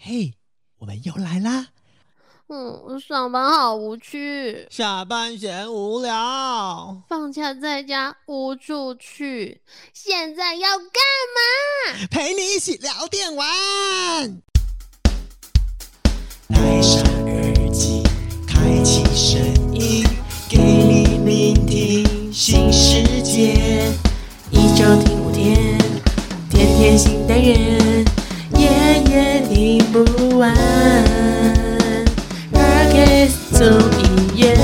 嘿，我们又来啦！ 上班好无趣， 下班嫌无聊， 放假在家无处去，现在要干嘛？ 陪你一起聊电玩。戴上耳机，开启声音，给你聆听新世界。 一周听5天，天天新单元，夜夜听不完。Podcast 综艺院，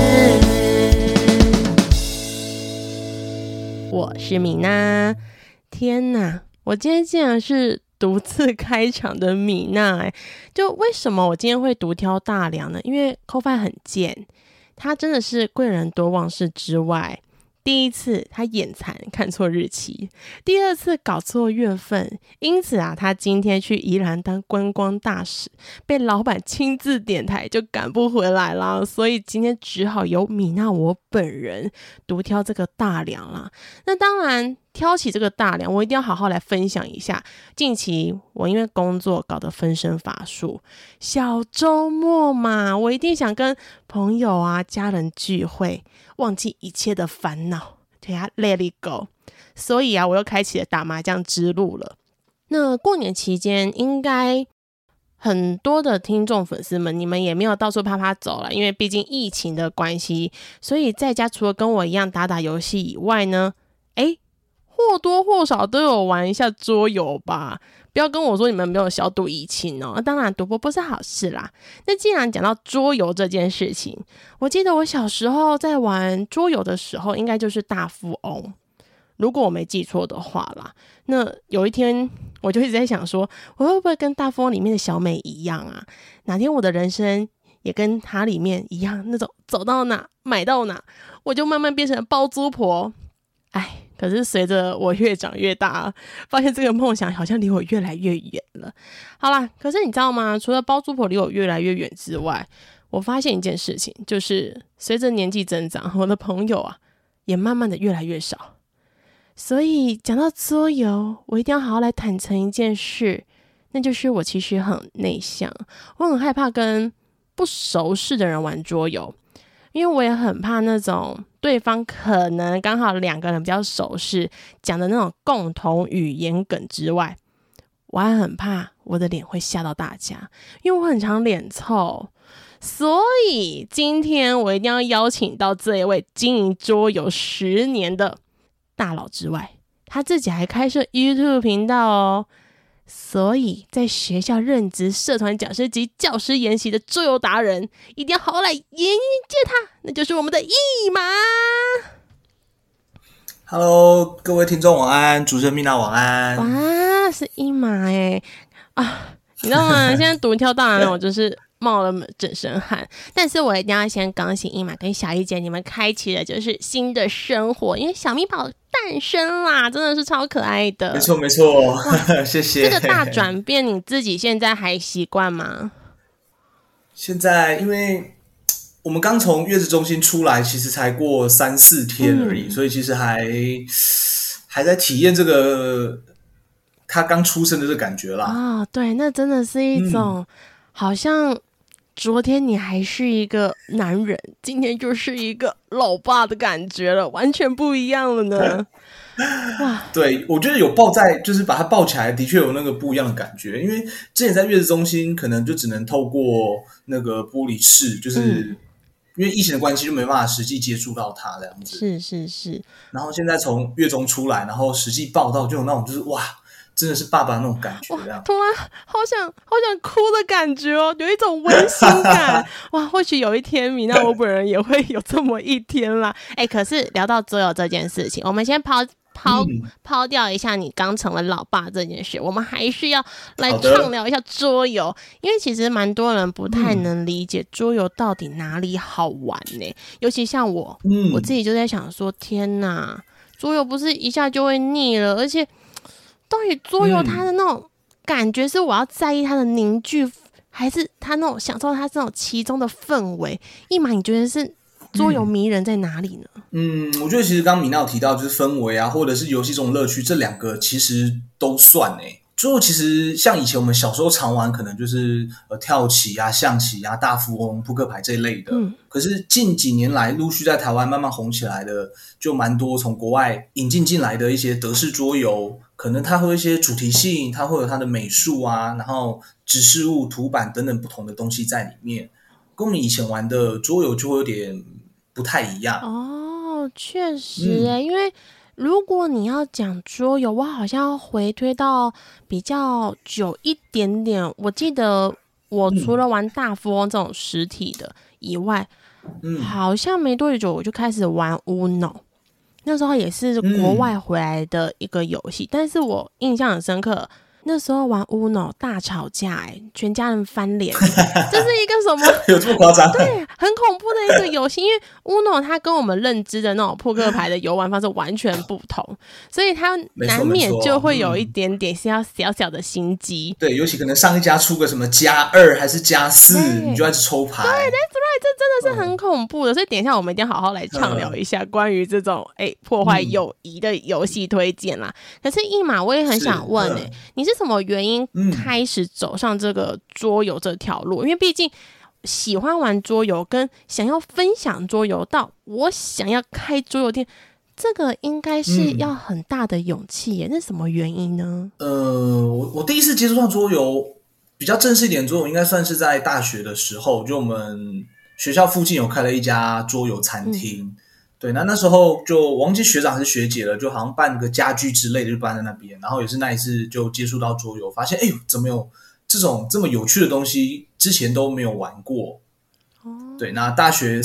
我是米娜。天哪，我今天竟然是独自开场的米娜就为什么我今天会独挑大梁呢？因为 Ko-Fi 很贱，他真的是贵人多忘事之外，第一次他眼残看错日期，第二次搞错月份，因此他今天去宜兰当观光大使，被老板亲自点台就赶不回来啦，所以今天只好由米娜我本人独挑这个大梁啦。那当然挑起这个大梁，我一定要好好来分享一下。近期我因为工作搞得分身乏术，小周末嘛，我一定想跟朋友家人聚会，忘记一切的烦恼，对let it go。所以我又开启了打麻将之路了。那过年期间，应该很多的听众粉丝们，你们也没有到处啪啪走了，因为毕竟疫情的关系，所以在家除了跟我一样打打游戏以外呢，或多或少都有玩一下桌游吧。不要跟我说你们没有小赌怡情哦，当然赌博不是好事啦。那既然讲到桌游这件事情，我记得我小时候在玩桌游的时候，应该就是大富翁，如果我没记错的话啦。那有一天我就一直在想说，我会不会跟大富翁里面的小美一样啊？哪天我的人生也跟它里面一样，那种走到哪买到哪，我就慢慢变成了包租婆。可是随着我越长越大，发现这个梦想好像离我越来越远了。好啦，可是你知道吗？除了包租婆离我越来越远之外，我发现一件事情，就是随着年纪增长，我的朋友也慢慢的越来越少。所以讲到桌游，我一定要好好来坦诚一件事，那就是我其实很内向，我很害怕跟不熟识的人玩桌游。因为我也很怕那种对方可能刚好2个人比较熟识，讲的那种共同语言梗之外，我还很怕我的脸会吓到大家，因为我很常脸臭。所以今天我一定要邀请到这一位经营桌游10年的大佬之外，他自己还开设 YouTube 频道哦。所以在学校任职社团讲师及教师研习的桌游达人，一定要好好来迎接他，那就是我们的一马。 Hello， 各位听众晚安，主持人米娜晚安。 哇，是一马你知道吗？现在独挑大梁，我就是冒了整身汗。但是我一定要先恭喜一马跟小一姐，你们开启了就是新的生活，因为小米宝诞生啦，真的是超可爱的。 没错没错，谢谢。 这个大转变，你自己现在还习惯吗？ 现在因为我们刚从月子中心出来，其实才过3-4天而已，所以其实还在体验这个他刚出生的这个感觉啦。 对，那真的是一种好像昨天你还是一个男人，今天就是一个老爸的感觉了，完全不一样了呢。哇， 对，我觉得有抱在，就是把他抱起来，的确有那个不一样的感觉。因为之前在月子中心，可能就只能透过那个玻璃室，就是因为疫情的关系，就没办法实际接触到他这样子。 是。 然后现在从月中出来，然后实际抱到，就有那种就是哇，真的是爸爸那种感觉，这样突然好想哭的感觉哦，有一种温馨感。哇，或许有一天米娜我本人也会有这么一天啦。可是聊到桌游这件事情，我们先抛掉一下你刚成了老爸这件事，我们还是要来畅聊一下桌游，因为其实蛮多人不太能理解桌游到底哪里好玩呢？尤其像我自己就在想说，天哪，桌游不是一下就会腻了，而且到底桌游它的那种感觉，是我要在意它的凝聚，还是它那种享受它这种其中的氛围？一马，你觉得是桌游迷人在哪里呢？ 我觉得其实刚刚米娜有提到，就是氛围或者是游戏中的乐趣，这2个其实都算桌游其实像以前我们小时候常玩，可能就是跳棋啊、象棋啊、大富翁、扑克牌这一类的。可是近几年来，陆续在台湾慢慢红起来的，就蛮多从国外引进来的一些德式桌游，可能它会有一些主题性，它会有它的美术啊，然后指示物、图板等等不同的东西在里面，跟我们以前玩的桌游就会有点不太一样。 哦，确实因为如果你要讲桌游，我好像要回推到比较久一点点。我记得我除了玩大富翁这种实体的以外，好像没多久我就开始玩 Uno， 那时候也是国外回来的一个游戏，但是我印象很深刻。那时候玩 Uno 大吵架全家人翻脸，这是一个什么？ 有这么夸张？ 对，很恐怖的一个游戏，因为 Uno 它跟我们认知的那种扑克牌的游玩方式完全不同，所以它难免就会有一点点小小的心机。 对，尤其可能上一家出个什么+2还是+4，你就要去抽牌。 对 ，That's right， 这真的是很恐怖的。所以等一下我们一定要好好来畅聊一下关于这种破坏友谊的游戏推荐啦。可是一马，我也很想问你是什么原因开始走上这个桌游这条路？因为毕竟喜欢玩桌游跟想要分享桌游到我想要开桌游店，这个应该是要很大的勇气耶。那什么原因呢？ 我第一次接触到桌游比较正式一点桌游，应该算是在大学的时候，就我们学校附近有开了一家桌游餐厅。对，那时候就忘记学长还是学姐了，就好像办个家具之类的，就办在那边。然后也是那一次就接触到桌游，发现怎么有这种这么有趣的东西，之前都没有玩过。对，那大学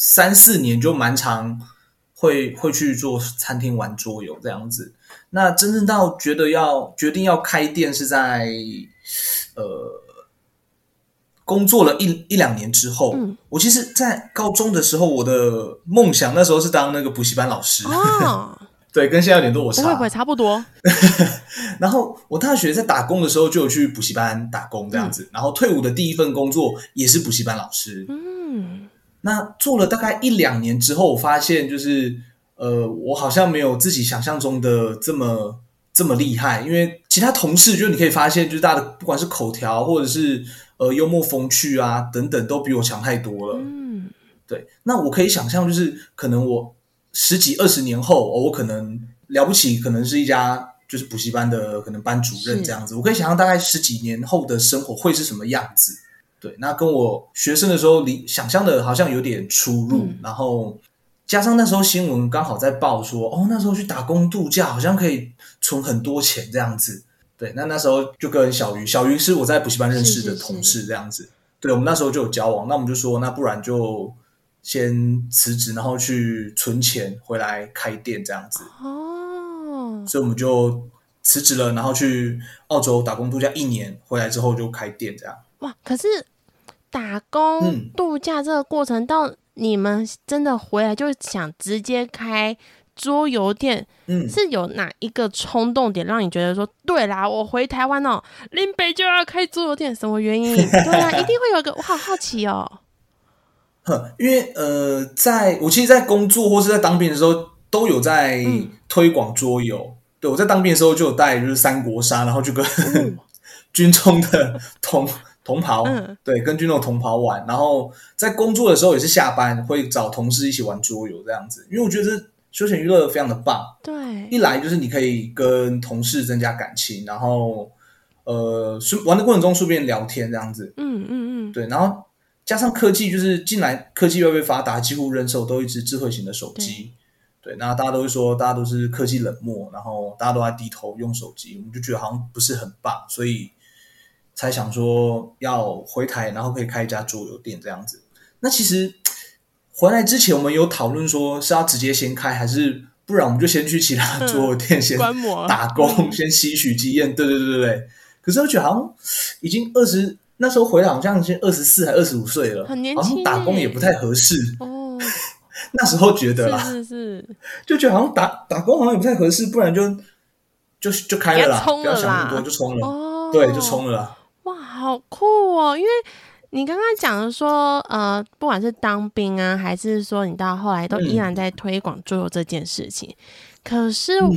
3-4年就蛮常会去做餐厅玩桌游这样子。那真正到决定要开店是在工作了一两年之后，我其实在高中的时候，我的梦想那时候是当那个补习班老师。对，跟现在有点落差。 不会差不多。 然后我大学在打工的时候就有去补习班打工这样子，然后退伍的第一份工作也是补习班老师。那做了大概1-2年之后，我发现就是我好像没有自己想象中的这么厉害，因为其他同事就你可以发现，就是大家的不管是口条或者是幽默风趣啊等等，都比我强太多了。对，那我可以想象，就是可能我10几20年后，我可能了不起，可能是一家就是补习班的可能班主任这样子。我可以想象大概10几年后的生活会是什么样子。对，那跟我学生的时候想象的好像有点出入。然后加上那时候新闻刚好在报说，那时候去打工度假好像可以存很多钱这样子。对，那时候就跟小鱼是我在补习班认识的同事这样子。对，我们那时候就有交往，那我们就说，那不然就先辞职，然后去存钱回来开店这样子。所以我们就辞职了，然后去澳洲打工度假1年，回来之后就开店这样。 哇，可是打工度假这个过程到你们真的回来就想直接开桌游店，是有哪一个冲动点让你觉得说，对啦，我回台湾林北就要开桌游店，什么原因？对啊，一定会有个，我好好奇哦。 因为我其实在工作或是在当兵的时候都有在推广桌游。对，我在当兵的时候就有带就是三国杀，然后就跟军中的同袍，对，跟军中的同袍玩。然后在工作的时候也是下班会找同事一起玩桌游这样子，因为我觉得休闲娱乐非常的棒。 对， 一来就是你可以跟同事增加感情，然后玩的过程中顺便聊天这样子。对，然后加上科技，就是近来科技越来越发达，几乎人手都一只智慧型的手机。对，那大家都会说大家都是科技冷漠，然后大家都在低头用手机，我们就觉得好像不是很棒，所以才想说要回台，然后可以开一家桌游店这样子。那其实回来之前我们有讨论说是要直接先开，还是不然我们就先去其他桌游店先打工，先吸取经验。对。可是我觉得好像已经那时候回来好像已经24还25岁了， 很年轻， 好像打工也不太合适。那时候觉得啦， 是， 就觉得好像打工好像也不太合适，不然就开了啦，不要想那么多，就冲了。对，就冲了啦。 哇，好酷哦！因为你刚刚讲的说，不管是当兵啊，还是说你到后来都依然在推广桌游这件事情，可是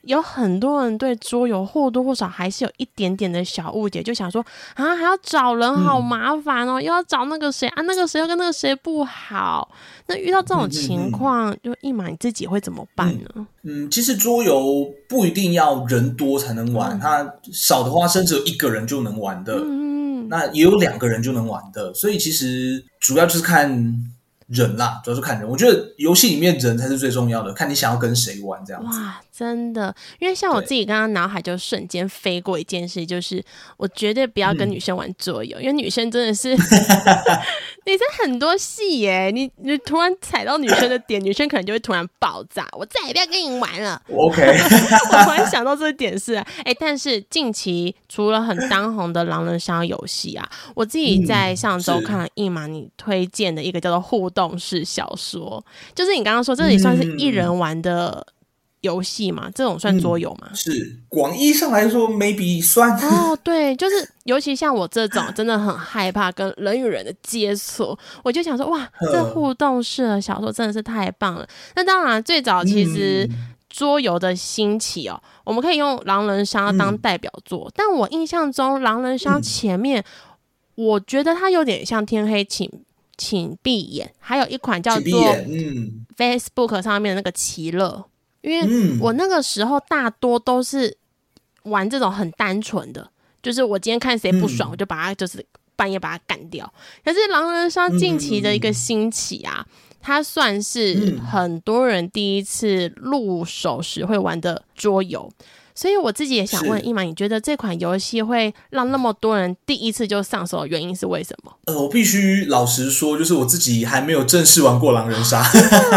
有很多人对桌游或多或少还是有一点点的小误解，就想说啊，还要找人好麻烦哦，又要找那个谁啊，那个谁又跟那个谁不好。那遇到这种情况，就一马你自己会怎么办呢？ 其实桌游不一定要人多才能玩，它少的话甚至有1个人就能玩的，那也有2个人就能玩的，所以其实主要就是看人啦，主要是看人。我觉得游戏里面人才是最重要的，看你想要跟谁玩这样子。 哇，真的，因为像我自己刚刚脑海就瞬间飞过一件事，就是我绝对不要跟女生玩桌游，因为女生真的是女生很多戏耶，你突然踩到女生的点，女生可能就会突然爆炸，我再也不要跟你玩了。 OK， 我突然想到这点是，但是近期除了很当红的狼人杀游戏啊，我自己在上周看了一马你推荐的一个叫做互动式小说，就是你刚刚说这里算是一人玩的游戏嘛？这种算桌游吗？ 是，广义上来说 maybe 算。 哦，对，就是尤其像我这种真的很害怕跟人与人的接触，我就想说哇，这互动式的小说真的是太棒了。那当然最早其实桌游的兴起哦，我们可以用狼人杀当代表作，但我印象中狼人杀前面我觉得它有点像天黑请闭眼，还有一款叫做 Facebook 上面的那个奇乐，因为我那个时候大多都是玩这种很单纯的，就是我今天看谁不爽，我就把他就是半夜把他干掉。可是狼人杀近期的一个兴起啊，它算是很多人第一次入手时会玩的桌游。所以我自己也想问一马，你觉得这款游戏会让那么多人第一次就上手的原因是为什么？ 我必须老实说，就是我自己还没有正式玩过狼人杀。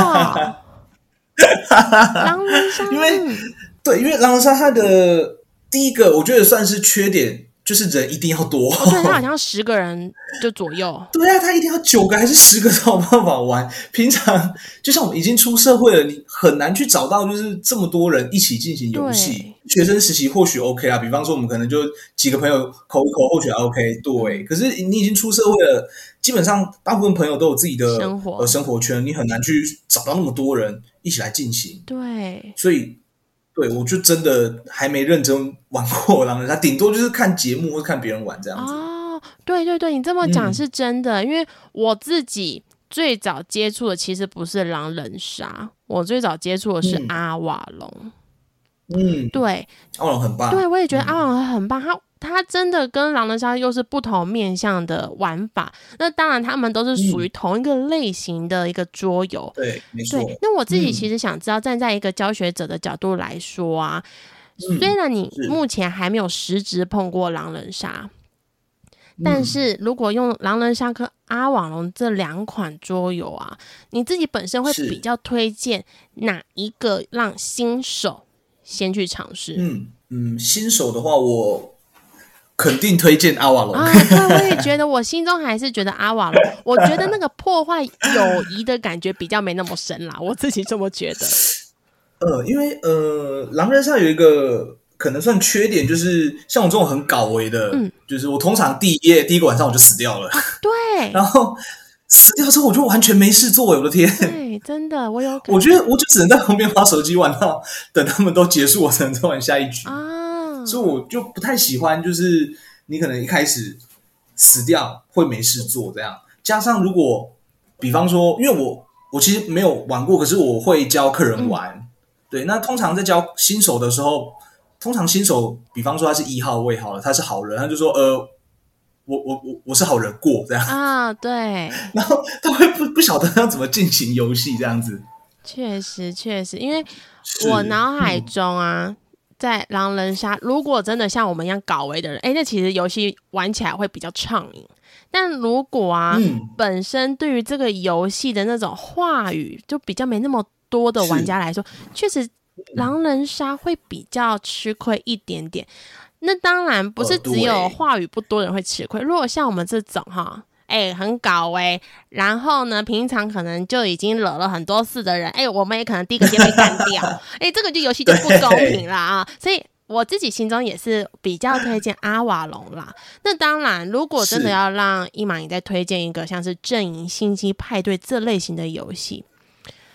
狼人杀， 因为狼人杀它的第一个我觉得算是缺点，就是人一定要多。 对，它好像10个人就左右。 对啊，他一定要9个还是10个才有办法玩。平常就像我们已经出社会了，你很难去找到就是这么多人一起进行游戏。学生时期或许 OK 啊，比方说我们可能就几个朋友口一口，或许 OK。对，可是你已经出社会了，基本上大部分朋友都有自己的生活圈，你很难去找到那么多人一起来进行。 对， 所以对我就真的还没认真玩过狼人杀，顶多就是看节目或看别人玩这样子。 哦，对对对，你这么讲是真的，因为我自己最早接触的其实不是狼人杀，我最早接触的是阿瓦隆。对， 阿瓦隆很棒。 对，我也觉得阿瓦隆很棒，它真的跟狼人杀又是不同面向的玩法。那当然他们都是属于同一个类型的一个桌游。 对，没错。 对，那我自己其实想知道，站在一个教学者的角度来说啊，虽然你目前还没有实质碰过狼人杀，但是如果用狼人杀跟阿瓦隆这2款桌游啊，你自己本身会比较推荐哪一个让新手先去尝试？ 新手的话，我肯定推荐阿瓦隆啊！对，我也觉得，我心中还是觉得阿瓦隆，我觉得那个破坏友谊的感觉比较没那么深啦，我自己这么觉得。 因为狼人杀有一个可能算缺点，就是像我这种很搞维的，就是我通常第一个晚上我就死掉了。 对， 然后死掉之后我就完全没事做，我的天！ 对，真的，我有感觉。 我觉得我就只能在旁边滑手机玩到等他们都结束，我才能再玩下一局啊。所以我就不太喜欢，就是你可能一开始死掉会没事做这样。加上如果比方说，因为我其实没有玩过，可是我会教客人玩。对，那通常在教新手的时候，通常新手比方说他是1号位好了，他是好人，他就说我是好人过这样啊，对， 然后他会不晓得要怎么进行游戏这样子。 确实，因为我脑海中啊，在狼人杀，如果真的像我们一样搞维的人，那其实游戏玩起来会比较畅饮。但如果本身对于这个游戏的那种话语就比较没那么多的玩家来说，确实狼人杀会比较吃亏一点点。那当然不是只有话语不多人会吃亏，如果像我们这种很搞然后呢平常可能就已经惹了很多事的人，我们也可能第一个先被干掉这个就游戏就不公平啦啊！所以我自己心中也是比较推荐阿瓦隆啦。那当然如果真的要让一马你再推荐一个像是阵营星际派对这类型的游戏，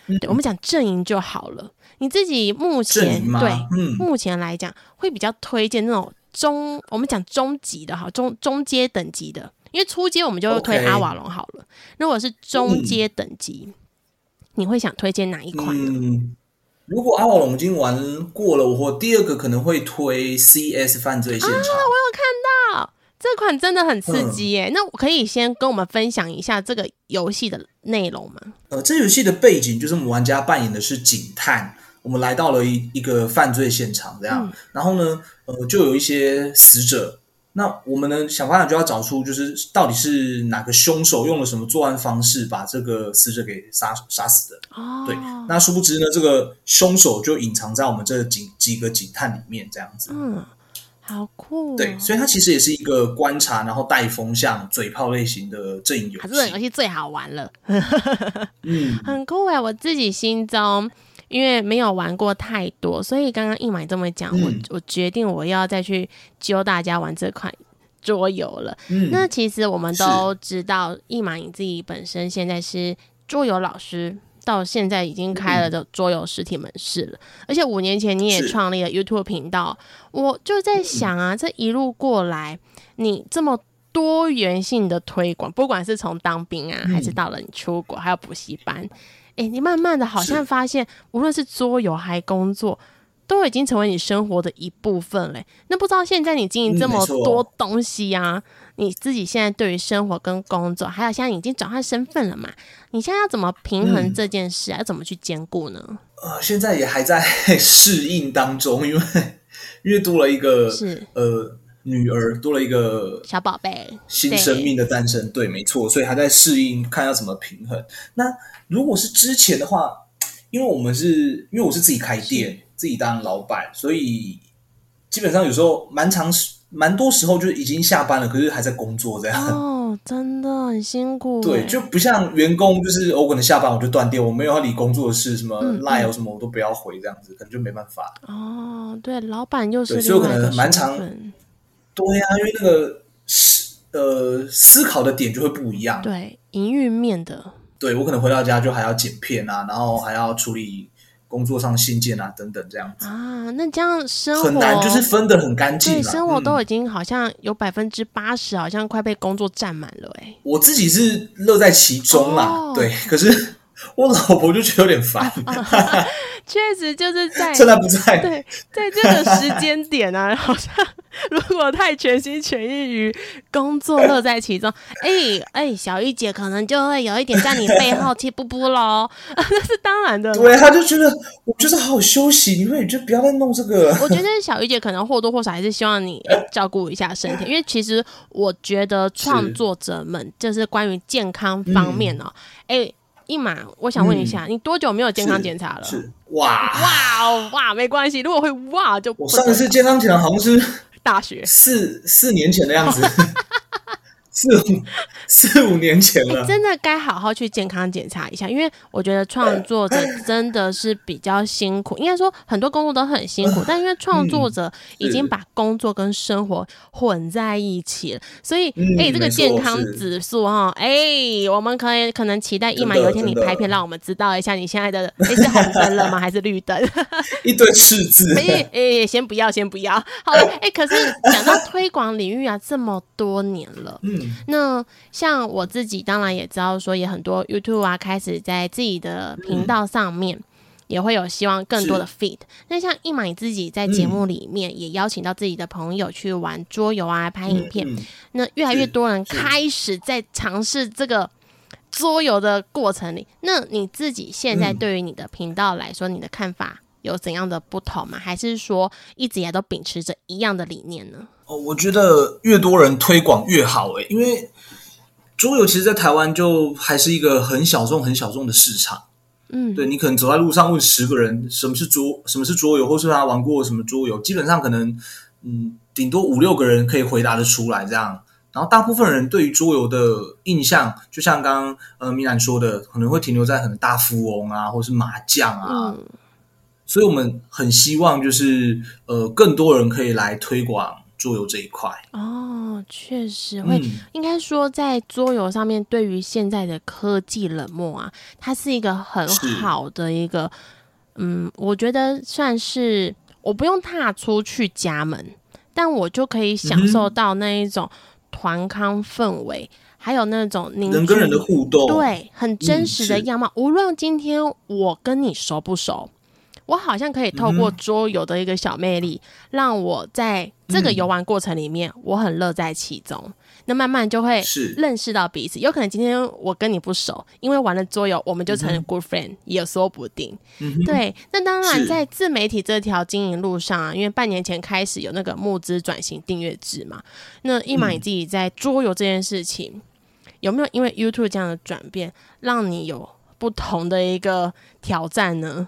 对，我们讲阵营就好了。你自己目前阵营吗？ 对，目前来讲会比较推荐那种我们讲中级的哈，中阶等级的，因为初阶我们就推阿瓦隆好了。如果是中阶等级，你会想推荐哪一款呢？ 如果阿瓦隆已经玩过了，我第二个可能会推 CS 犯罪现场。 我有看到这款真的很刺激耶。那我可以先跟我们分享一下这个游戏的内容吗？ 这游戏的背景就是我们玩家扮演的是警探，我们来到了一个犯罪现场这样，然后呢，就有一些死者。那我们呢想办法就要找出，就是到底是哪个凶手用了什么作案方式把这个死者给杀死的。对，那殊不知呢，这个凶手就隐藏在我们这几个警探里面，这样子。 好酷对，所以它其实也是一个观察，然后带风向、嘴炮类型的阵营游戏。 这个游戏最好玩了，很酷耶！我自己心中。因为没有玩过太多，所以刚刚一买这么讲，我决定我要再去揪大家玩这款桌游了。那其实我们都知道，一买你自己本身现在是桌游老师，到现在已经开了的桌游实体门市了，而且5年前你也创立了 YouTube 频道。我就在想啊，这一路过来，你这么多元性的推广，不管是从当兵啊，还是到了你出国，还有补习班。你慢慢的好像发现，无论是桌游还工作，都已经成为你生活的一部分嘞。那不知道现在你经营这么多东西啊，你自己现在对于生活跟工作，还有现在已经转换身份了嘛？你现在要怎么平衡这件事要怎么去兼顾呢？ 现在也还在适应当中，因为多了一个女儿，多了一个小宝贝， 新生命的诞生。对，没错，所以还在适应，看要怎么平衡。那如果是之前的话，因为我是自己开店，自己当老板，所以基本上有时候蛮多时候就已经下班了，可是还在工作这样。 真的很辛苦。 对，就不像员工，就是我可能下班我就断电，我没有要理工作的事，什么 LINE 什么我都不要回这样子，可能就没办法。 对，老板又是所以我可能蛮常。对啊，因为那个思考的点就会不一样。 对，营运面的。 对，我可能回到家就还要剪片啊，然后还要处理工作上信件啊等等这样子那这样生活很难，就是分得很干净。 对，生活都已经好像有80%，好像快被工作占满了。 我自己是乐在其中啦，对，可是我老婆就觉得有点烦。 确实就是趁他不在， 对，在这个时间点啊，好像如果太全心全意于工作，乐在其中，小玉姐可能就会有一点在你背后气不不咯。那是当然的。 对，他就觉得我就是好好休息，你就不要再弄这个。 我觉得小玉姐可能或多或少还是希望你照顾一下身体，因为其实我觉得创作者们就是关于健康方面一马，我想问一下，你多久没有健康检查了？哇，没关系，如果会就我上一次健康检查好像是大学 4年前的样子。4-5年前了， 真的该好好去健康检查一下，因为我觉得创作者真的是比较辛苦，应该说很多工作都很辛苦，但因为创作者已经把工作跟生活混在一起了，所以这个健康指数我们可能期待一买有一天你拍片让我们知道一下你现在的是红灯了吗？还是绿灯？ 一堆赤字。 先不要。好了，可是讲到推广领域啊，这么多年了，那像我自己当然也知道说，也很多 YouTube 啊开始在自己的频道上面也会有希望更多的 feed。那像一买自己在节目里面也邀请到自己的朋友去玩桌游啊，拍影片，那越来越多人开始在尝试这个桌游的过程里。那你自己现在对于你的频道来说，你的看法有怎样的不同吗？还是说一直以来都秉持着一样的理念呢？ 我觉得越多人推广越好因为桌游其实在台湾就还是一个很小众的市场。对，你可能走在路上问10个人什么是桌游，或是他玩过什么桌游，基本上可能顶多5-6个人可以回答得出来这样。然后大部分人对于桌游的印象，就像刚刚米兰说的，可能会停留在可能大富翁啊，或是麻将啊。所以我们很希望就是更多人可以来推广桌游这一块。 哦，确实会，应该说在桌游上面，对于现在的科技冷漠啊，它是一个很好的一个，我觉得算是我不用踏出去家门，但我就可以享受到那一种团康氛围，还有那种人跟人的互动， 对，很真实的样貌。无论今天我跟你熟不熟，我好像可以透过桌游的一个小魅力，让我在这个游玩过程里面，我很乐在其中。那慢慢就会认识到彼此。有可能今天我跟你不熟，因为玩了桌游，我们就成了 good friend，也说不定。对，那当然在自媒体这条经营路上啊，因为半年前开始有那个募资转型订阅制嘛，那一马你自己在桌游这件事情，有没有因为 YouTube 这样的转变，让你有不同的一个挑战呢？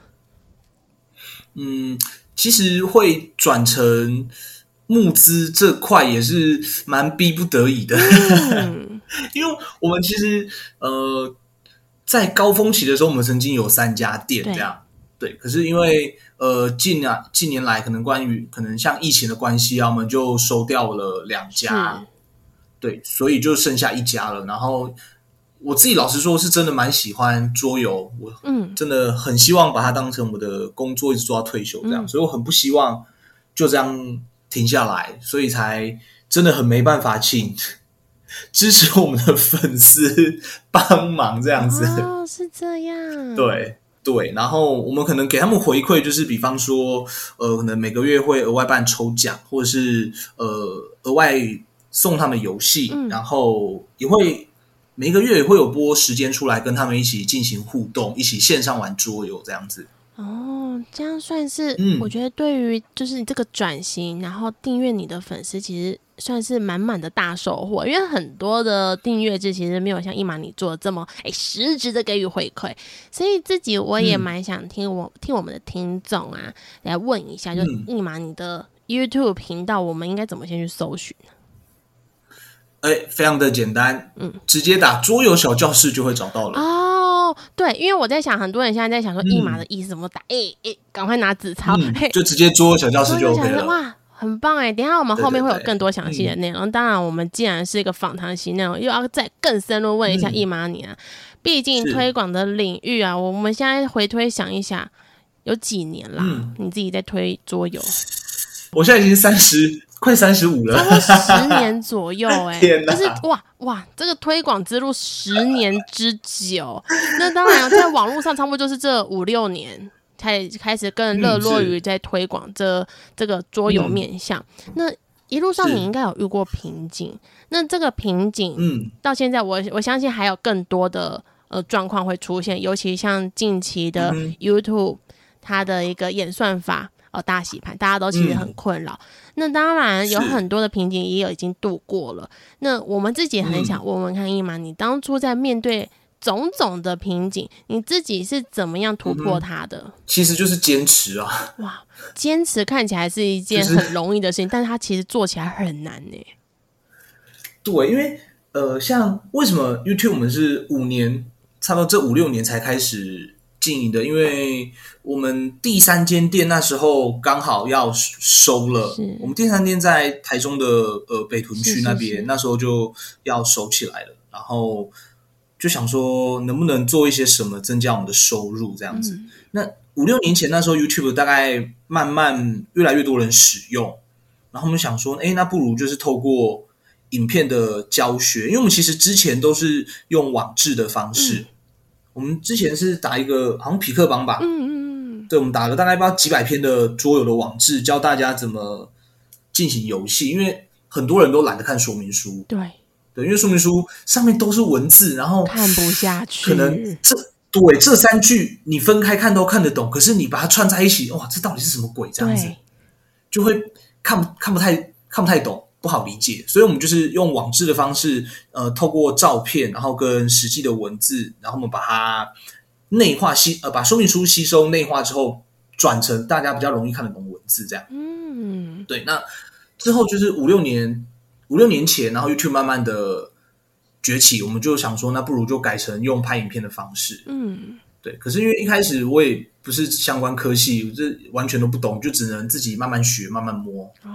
其实会转成募资这块也是蛮逼不得已的，因为我们其实在高峰期的时候，我们曾经有3家店这样，对。可是因为近年来可能像疫情的关系啊，我们就收掉了2家，对，所以就剩下1家了。然后我自己老实说，是真的蛮喜欢桌游，我真的很希望把它当成我的工作，一直做到退休这样，所以我很不希望就这样停下来，所以才真的很没办法请支持我们的粉丝帮忙这样子。 哦，是这样。 对，然后我们可能给他们回馈，就是比方说，可能每个月会额外办抽奖，或者是额外送他们游戏，然后也会每一个月也会有拨时间出来跟他们一起进行互动，一起线上玩桌游这样子。 哦，这样算是，我觉得对于就是你这个转型，然后订阅你的粉丝，其实算是满满的大收获。因为很多的订阅制其实没有像一马你做的这么实质的给予回馈，所以自己我也蛮想听我们的听众啊来问一下，就一马你的 YouTube 频道，我们应该怎么先去搜寻呢？ 非常的简单，直接打桌游小教室就会找到了。 哦，对，因为我在想，很多人现在在想说，一马的意思怎么打？赶快拿纸钞， 就直接桌游小教室就 OK 了。 哇，很棒哎！等一下我们后面会有更多详细的内容。当然，我们既然是一个访谈型内容，又要再更深入问一下一马你啊，毕竟推广的领域啊，我们现在回推想一下，有几年啦？你自己在推桌游？ 我现在已经快35了， 差不多10年左右天哪， 就是哇，这个推广之路10年之久。那当然，在网络上差不多就是这5-6年才开始更热络于在推广这个桌游面向。那一路上你应该有遇过瓶颈，那这个瓶颈到现在我相信还有更多的状况会出现，尤其像近期的 YouTube 它的一个演算法。大洗盘，大家都其实很困扰。那当然有很多的瓶颈也有已经度过了。那我们自己很想问问看，一马，你当初在面对种种的瓶颈，你自己是怎么样突破它的？ 其实就是坚持啊！ 哇，坚持看起来是一件很容易的事情，但是它其实做起来很难呢。 对，因为像为什么 YouTube 我们是5年，差不多这5-6年才开始经营的，因为我们第3间店那时候刚好要收了，我们第3店在台中的北屯区那边，那时候就要收起来了，然后就想说能不能做一些什么增加我们的收入这样子。那5-6年前那时候 YouTube 大概慢慢越来越多人使用，然后我们想说那不如就是透过影片的教学，因为我们其实之前都是用网志的方式，我们之前是打一个好像匹克邦吧，对，我们打了大概不知道几百篇的桌游的网志，教大家怎么进行游戏，因为很多人都懒得看说明书，对，因为说明书上面都是文字，然后看不下去， 可能这3句你分开看都看得懂，可是你把它串在一起，哇，这到底是什么鬼？这样子就会看不太懂。不好理解，所以我们就是用网志的方式，透过照片，然后跟实际的文字，然后我们把它内化把说明书吸收内化之后，转成大家比较容易看得懂的文字，这样。对。那之后就是5-6年前，然后 YouTube 慢慢的崛起，我们就想说，那不如就改成用拍影片的方式。对。可是因为一开始我也不是相关科系，我这完全都不懂，就只能自己慢慢学，慢慢摸。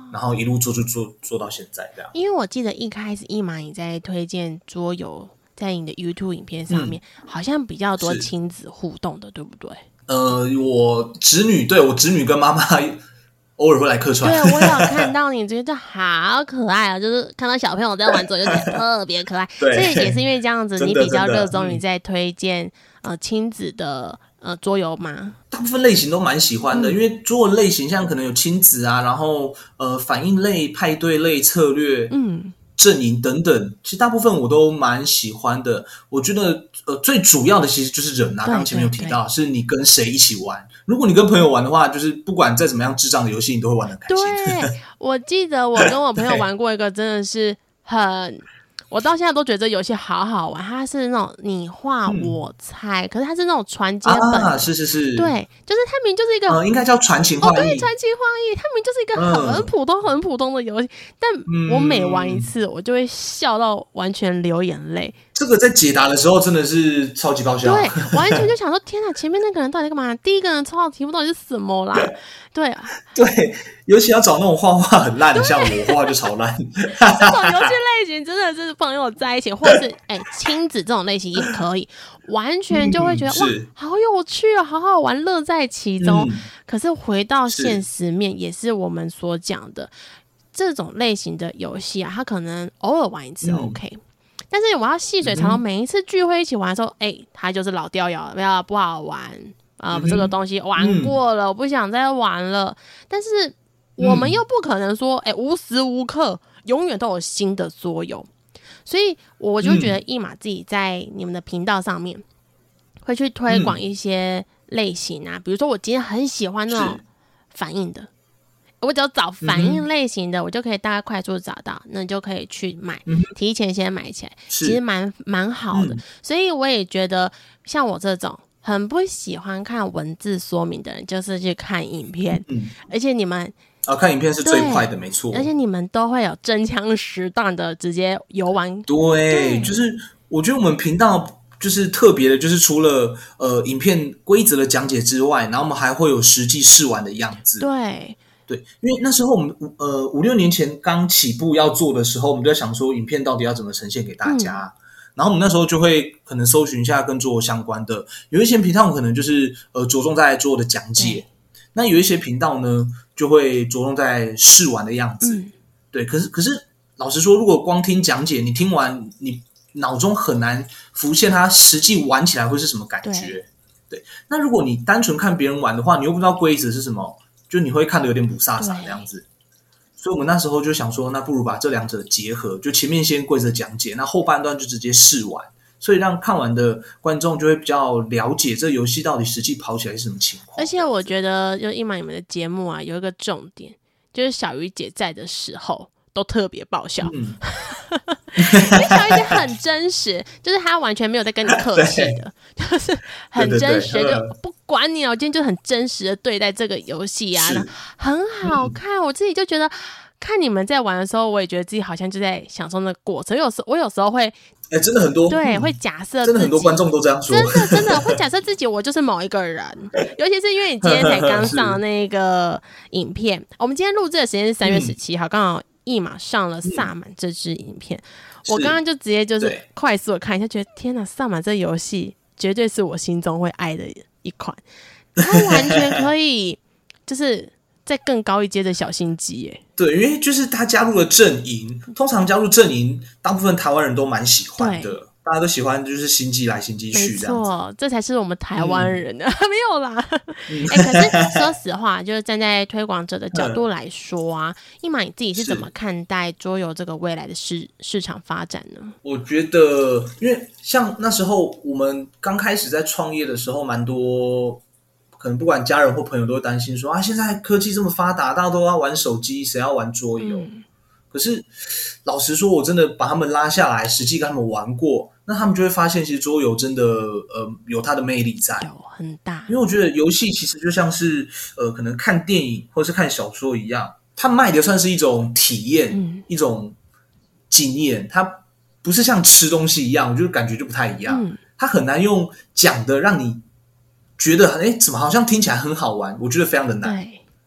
然后一路做到现在这样。 因为我记得一开始一马你在推荐桌游，在你的 YouTube 影片上面，好像比较多亲子互动的，对不对？ 我侄女跟妈妈偶尔会来客串。 对，我有看到你，觉得好可爱啊！就是看到小朋友在玩桌游，就觉得特别可爱。所以也是因为这样子，你比较热衷于在推荐亲子的桌游吗？ 大部分类型都蛮喜欢的，因为桌游类型像可能有亲子啊，然后反应类、派对类、策略，阵营等等，其实大部分我都蛮喜欢的。我觉得最主要的其实就是人啊，刚刚前面有提到，是你跟谁一起玩。如果你跟朋友玩的话，就是不管再怎么样智障的游戏，你都会玩得很开心。 对，我记得我跟我朋友玩过一个，真的是我到现在都觉得这游戏好好玩。它是那种你画我猜，可是它是那种传接本是， 对，就是它明明就是一个应该叫传情画意， 对，传情画意，它明明就是一个很普通、很普通的游戏，但我每玩一次，我就会笑到完全流眼泪。 这个在解答的时候真的是超级爆笑， 对，完全就想说天哪，前面那个人到底干嘛？第一个人抽到题目到底是什么啦？对， 尤其要找那种画画很烂的，像我画画就超烂。 这种游戏类型真的是朋友在一起，或是亲子这种类型也可以，完全就会觉得哇，好有趣哦，好好玩，乐在其中。可是回到现实面，也是我们所讲的这种类型的游戏啊，它可能偶尔玩一次 OK。但是我要细水长流，每一次聚会一起玩的时候，它就是老掉牙了，不好玩这个东西玩过了，我不想再玩了。但是我们又不可能说，无时无刻永远都有新的桌游，所以我就觉得一马自己在你们的频道上面会去推广一些类型啊，比如说我今天很喜欢那种反应的。我只要找反应类型的，我就可以大概快速找到，那你就可以去买，提前先买起来，其实蛮好的。所以我也觉得，像我这种很不喜欢看文字说明的人，就是去看影片，而且你们看影片是最快的，没错。 而且你们都会有真枪实弹的直接游玩。 对，就是我觉得我们频道就是特别的，就是除了影片规则的讲解之外，然后我们还会有实际试玩的样子。对，因为那时候我们5-6年前刚起步要做的时候，我们就在想说影片到底要怎么呈现给大家。然后我们那时候就会可能搜寻一下跟桌游相关的，有一些频道可能就是着重在桌游的讲解，那有一些频道呢就会着重在试玩的样子。对，可是老实说，如果光听讲解，你听完你脑中很难浮现它实际玩起来会是什么感觉。对，那如果你单纯看别人玩的话，你又不知道规则是什么，就你会看得有点不飒飒这样子。所以我们那时候就想说，那不如把这两者结合，就前面先规则讲解，那后半段就直接试玩，所以让看完的观众就会比较了解这游戏到底实际跑起来是什么情况。 而且我觉得就一马你们的节目啊，有一个重点，就是小鱼姐在的时候都特别爆笑。因为小鱼姐很真实，就是她完全没有在跟你客气的，就是很真实，就不管你，我今天就很真实的对待这个游戏啊，很好看。我自己就觉得看你们在玩的时候，我也觉得自己好像就在享受那个过程。我有时候会真的很多， 对，会假设真的很多观众都这样说， 真的会假设自己我就是某一个人。尤其是因为你今天才刚上的那个影片，我们今天录制的时间是3月17号，刚好一马上了萨满这支影片。我刚刚就直接就是快速的看一下，觉得天哪，萨满这游戏绝对是我心中会爱的一款，它完全可以就是再更高一阶的小心机耶。 对，因为就是他加入了阵营，通常加入阵营，大部分台湾人都蛮喜欢的，大家都喜欢就是心机来心机去这样子。没错， 这才是我们台湾人的，没有啦。可是说实话，就是站在推广者的角度来说啊，一马你自己是怎么看待桌游这个未来的市场发展呢？ 我觉得，因为像那时候我们刚开始在创业的时候，蛮多可能不管家人或朋友都会担心说啊，现在科技这么发达，大家都要玩手机，谁要玩桌游？可是老实说，我真的把他们拉下来，实际跟他们玩过，那他们就会发现，其实桌游真的有它的魅力在， 有很大。 因为我觉得游戏其实就像是可能看电影或是看小说一样，它卖的算是一种体验，一种经验，它不是像吃东西一样，我觉得感觉就不太一样。它很难用讲的让你觉得怎么好像听起来很好玩，我觉得非常的难。 对，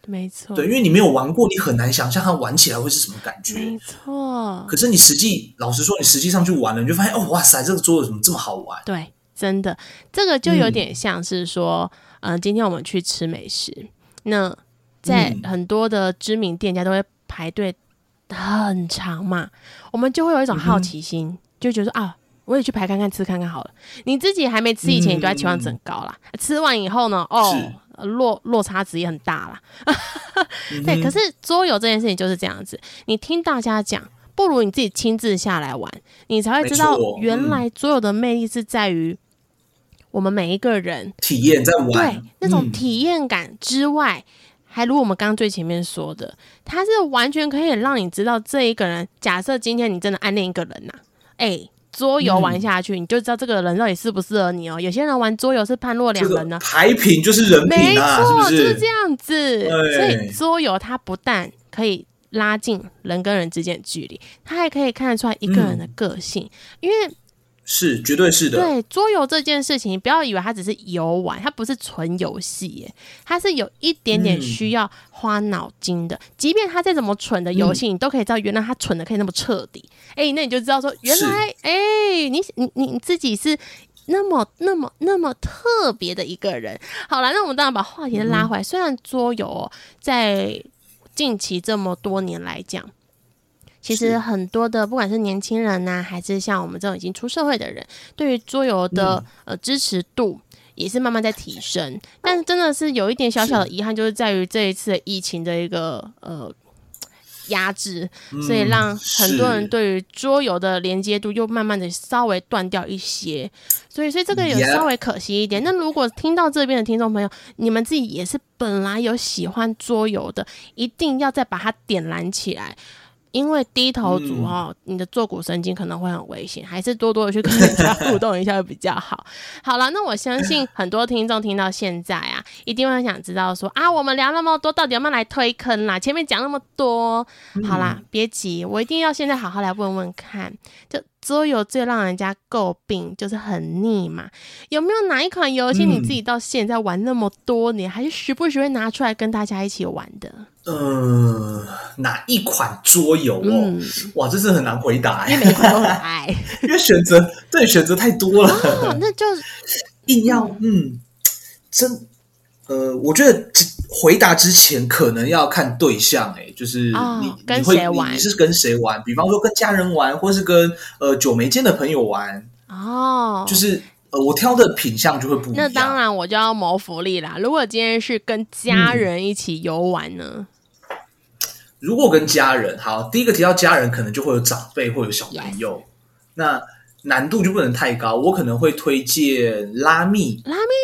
没错， 对，因为你没有玩过，你很难想象它玩起来会是什么感觉。 没错。 可是老实说，你实际上去玩了，你就发现哦，哇塞，这个桌游怎么这么好玩？ 对，真的，这个就有点像是说，今天我们去吃美食，那在很多的知名店家都会排队很长嘛，我们就会有一种好奇心，就觉得说啊，我也去排看看吃看看好了。你自己还没吃以前，你都在期望值很高啦，吃完以后呢，落差值也很大啦。对，可是桌游这件事情就是这样子，你听大家讲，不如你自己亲自下来玩，你才会知道原来桌游的魅力是在于我们每一个人体验在玩， 对那种体验感之外。还如我们刚刚最前面说的，它是完全可以让你知道这一个人，假设今天你真的暗恋一个人桌游玩下去，你就知道这个人到底适不适合你哦。有些人玩桌游是判若两人呢， 牌品就是人品啊， 没错， 是不是？ 就是这样子。所以桌游它不但可以拉近人跟人之间的距离，它还可以看得出来一个人的个性，因为是绝对是的。 对桌游这件事情，不要以为它只是游玩，它不是纯游戏耶，它是有一点点需要花脑筋的。即便它再怎么蠢的游戏，你都可以知道原来它蠢的可以那么彻底。那你就知道说原来你自己是那么特别的一个人。好了，那我们当然把话题拉回来。虽然桌游在近期这么多年来讲，其实很多的不管是年轻人啊，还是像我们这种已经出社会的人，对于桌游的支持度也是慢慢在提升。但是真的是有一点小小的遗憾，就是在于这一次的疫情的一个压制，所以让很多人对于桌游的连接度又慢慢的稍微断掉一些，所以这个有稍微可惜一点。那如果听到这边的听众朋友，你们自己也是本来有喜欢桌游的，一定要再把它点燃起来。因为低头族你的坐骨神经可能会很危险，还是多多的去跟人家互动一下会比较好。好了，那我相信很多听众听到现在啊，一定会很想知道说我们聊那么多，到底有没有来推坑啦？前面讲那么多，好啦，别急，我一定要现在好好来问问看，就桌游最让人家诟病就是很腻嘛，有没有哪一款游戏你自己到现在玩那么多年，还是时不时会拿出来跟大家一起玩的？ 哪一款桌游哇，这是很难回答因为每款都很爱， 因为选择太多了。 那就硬要我觉得回答之前可能要看对象，就是你跟谁玩？ 你是跟谁玩？比方说跟家人玩，或是跟久没见的朋友玩。就是我挑的品项就会不一样。 那当然，我就要谋福利啦。如果今天是跟家人一起游玩呢？ 如果跟家人，好，第一个提到家人，可能就会有长辈或有小朋友，那难度就不能太高。我可能会推荐拉密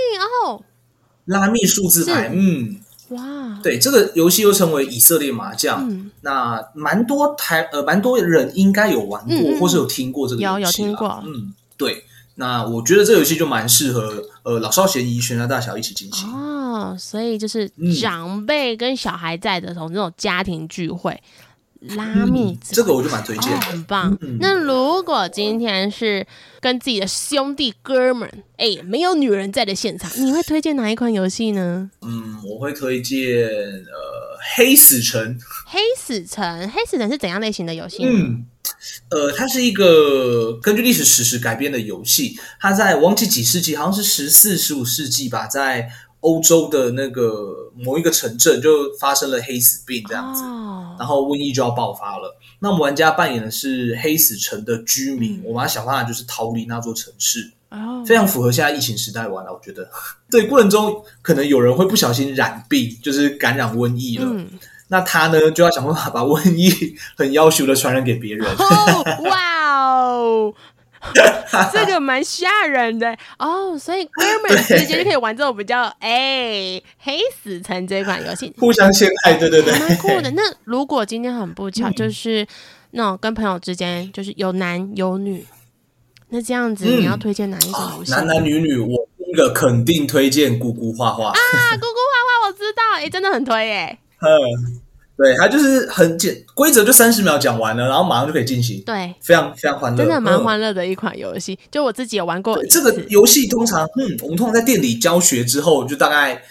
数字牌， 哇， 对，这个游戏又称为以色列麻将，那蛮多人应该有玩过，或是有听过这个游戏， 有听过， 对。那我觉得这个游戏就蛮适合老少咸宜、全家大小一起进行所以就是长辈跟小孩在的这种家庭聚会，拉密这个我就蛮推荐的， 很棒。那如果今天是跟自己的兄弟哥们没有女人在的现场，你会推荐哪一款游戏呢？ 我会推荐黑死城。 黑死城是怎样类型的游戏呢？ 它是一个根据历史史实改编的游戏，它在忘记几世纪，好像是14、15世纪吧，在欧洲的那个某一个城镇就发生了黑死病这样子，然后瘟疫就要爆发了。那我们玩家扮演的是黑死城的居民，我们要想办法就是逃离那座城市，非常符合现在疫情时代玩了。我觉得对，过程中可能有人会不小心染病，就是感染瘟疫了。那他呢就要想办法把瘟疫很要求的传染给别人。 哇哦，这个蛮吓人的所以哥们之间就可以玩这种比较黑死城这款游戏， 互相陷害，对， 蛮酷的。那如果今天很不巧，就是那种跟朋友之间就是有男有女，那这样子你要推荐哪一种游戏？ 男女，我第一个肯定推荐咕咕画画咕咕画画，我知道，真的很推耶。 对，它就是很规则就30秒讲完了，然后马上就可以进行。 对， 非常非常欢乐， 真的蛮欢乐的一款游戏。就我自己有玩过这个游戏，通常我们通常在店里教学之后，就大概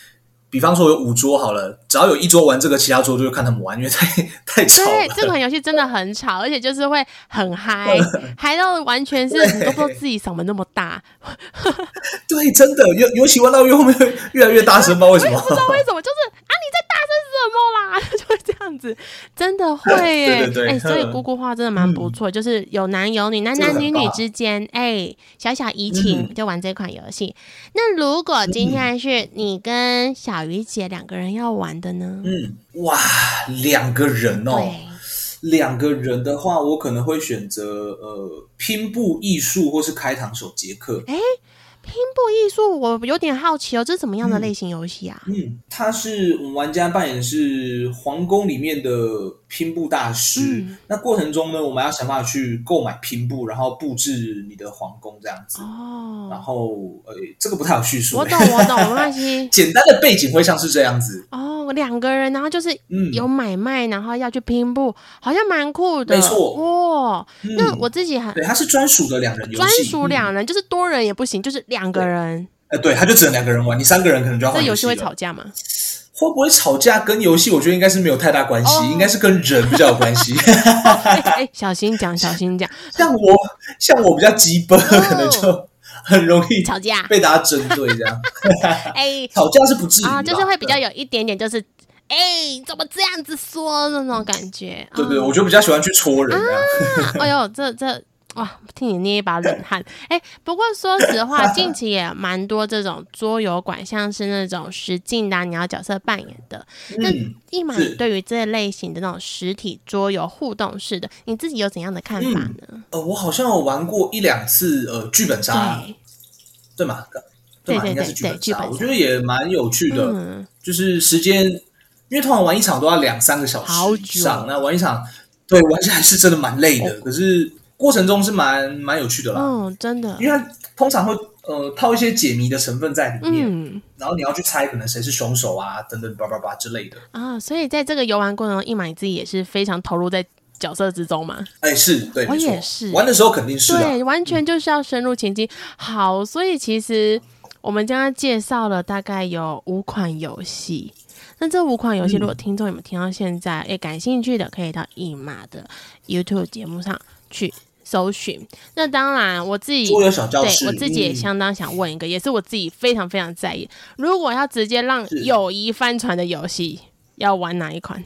比方说有5桌好了，只要有1桌玩这个，其他桌就会看他们玩，因为太吵了。 对，这款游戏真的很吵，而且就是会很嗨，嗨到完全是你都不知道自己嗓门那么大。 对，真的，尤其玩到越后面会越来越大声，不知道为什么。 不知道为什么，就是你在大声什么啦？就会这样子，真的会耶。 对， 所以姑姑话真的蛮不错，就是有男有女，男男女女之间，小小怡情就玩这款游戏。那如果今天是你跟小鱼姐2个人要玩的呢？ 哇，2个人哦。 对 ，2个人的话，我可能会选择拼布艺术或是开膛手杰克。 拼布艺术，我有点好奇哦，这是什么样的类型游戏啊？ 他是我们玩家扮演的是皇宫里面的拼布大师。那过程中呢，我们要想办法去购买拼布，然后布置你的皇宫这样子。然后这个不太有叙述。 我懂，没关系。 简单的背景会像是这样子。 2个人，然后就是有买卖，然后要去拼布，好像蛮酷的。 没错。 哇，那我自己对，它是专属的2人游戏。 专属2人，就是多人也不行，就是2个人。 对，他就只能2个人玩，你3个人可能就要换游戏了。 这游戏会吵架吗？ 会不会吵架跟游戏我觉得应该是没有太大关系，应该是跟人比较有关系。 小心讲。像我比较鸡掰，可能就很容易吵架， 被大家针对这样。吵架是不至于啦， 就是会比较有一点点就是怎么这样子说那种感觉。 对，我就比较喜欢去戳人哎呦，这哇，替你捏一把冷汗。不过说实话，近期也蛮多这种桌游馆，像是那种实境的你要角色扮演的。那一马对于这类型的那种实体桌游互动式的，你自己有怎样的看法呢？ 我好像有玩过1-2次剧本杀，对吗？对，应该是剧本杀，我觉得也蛮有趣的。就是时间，因为通常玩一场都要2-3个小时以上，那玩一场，对，玩起来是真的蛮累的。可是过程中是蛮有趣的啦。 真的， 因为它通常会套一些解谜的成分在里面，然后你要去猜可能谁是凶手啊，等等叭叭叭之类的所以在这个游玩过程中，一马你自己也是非常投入在角色之中嘛？ 是，对， 我也是， 玩的时候肯定是对，完全就是要深入前进。好，所以其实我们刚刚介绍了大概有5款游戏。那这5款游戏，如果听众你们听到现在感兴趣的，可以到一马的 YouTube 节目上去搜寻。那当然我自己桌游小教室， 对我自己也相当想问一个，也是我自己非常非常在意，如果要直接让友谊翻船的游戏，要玩哪一款？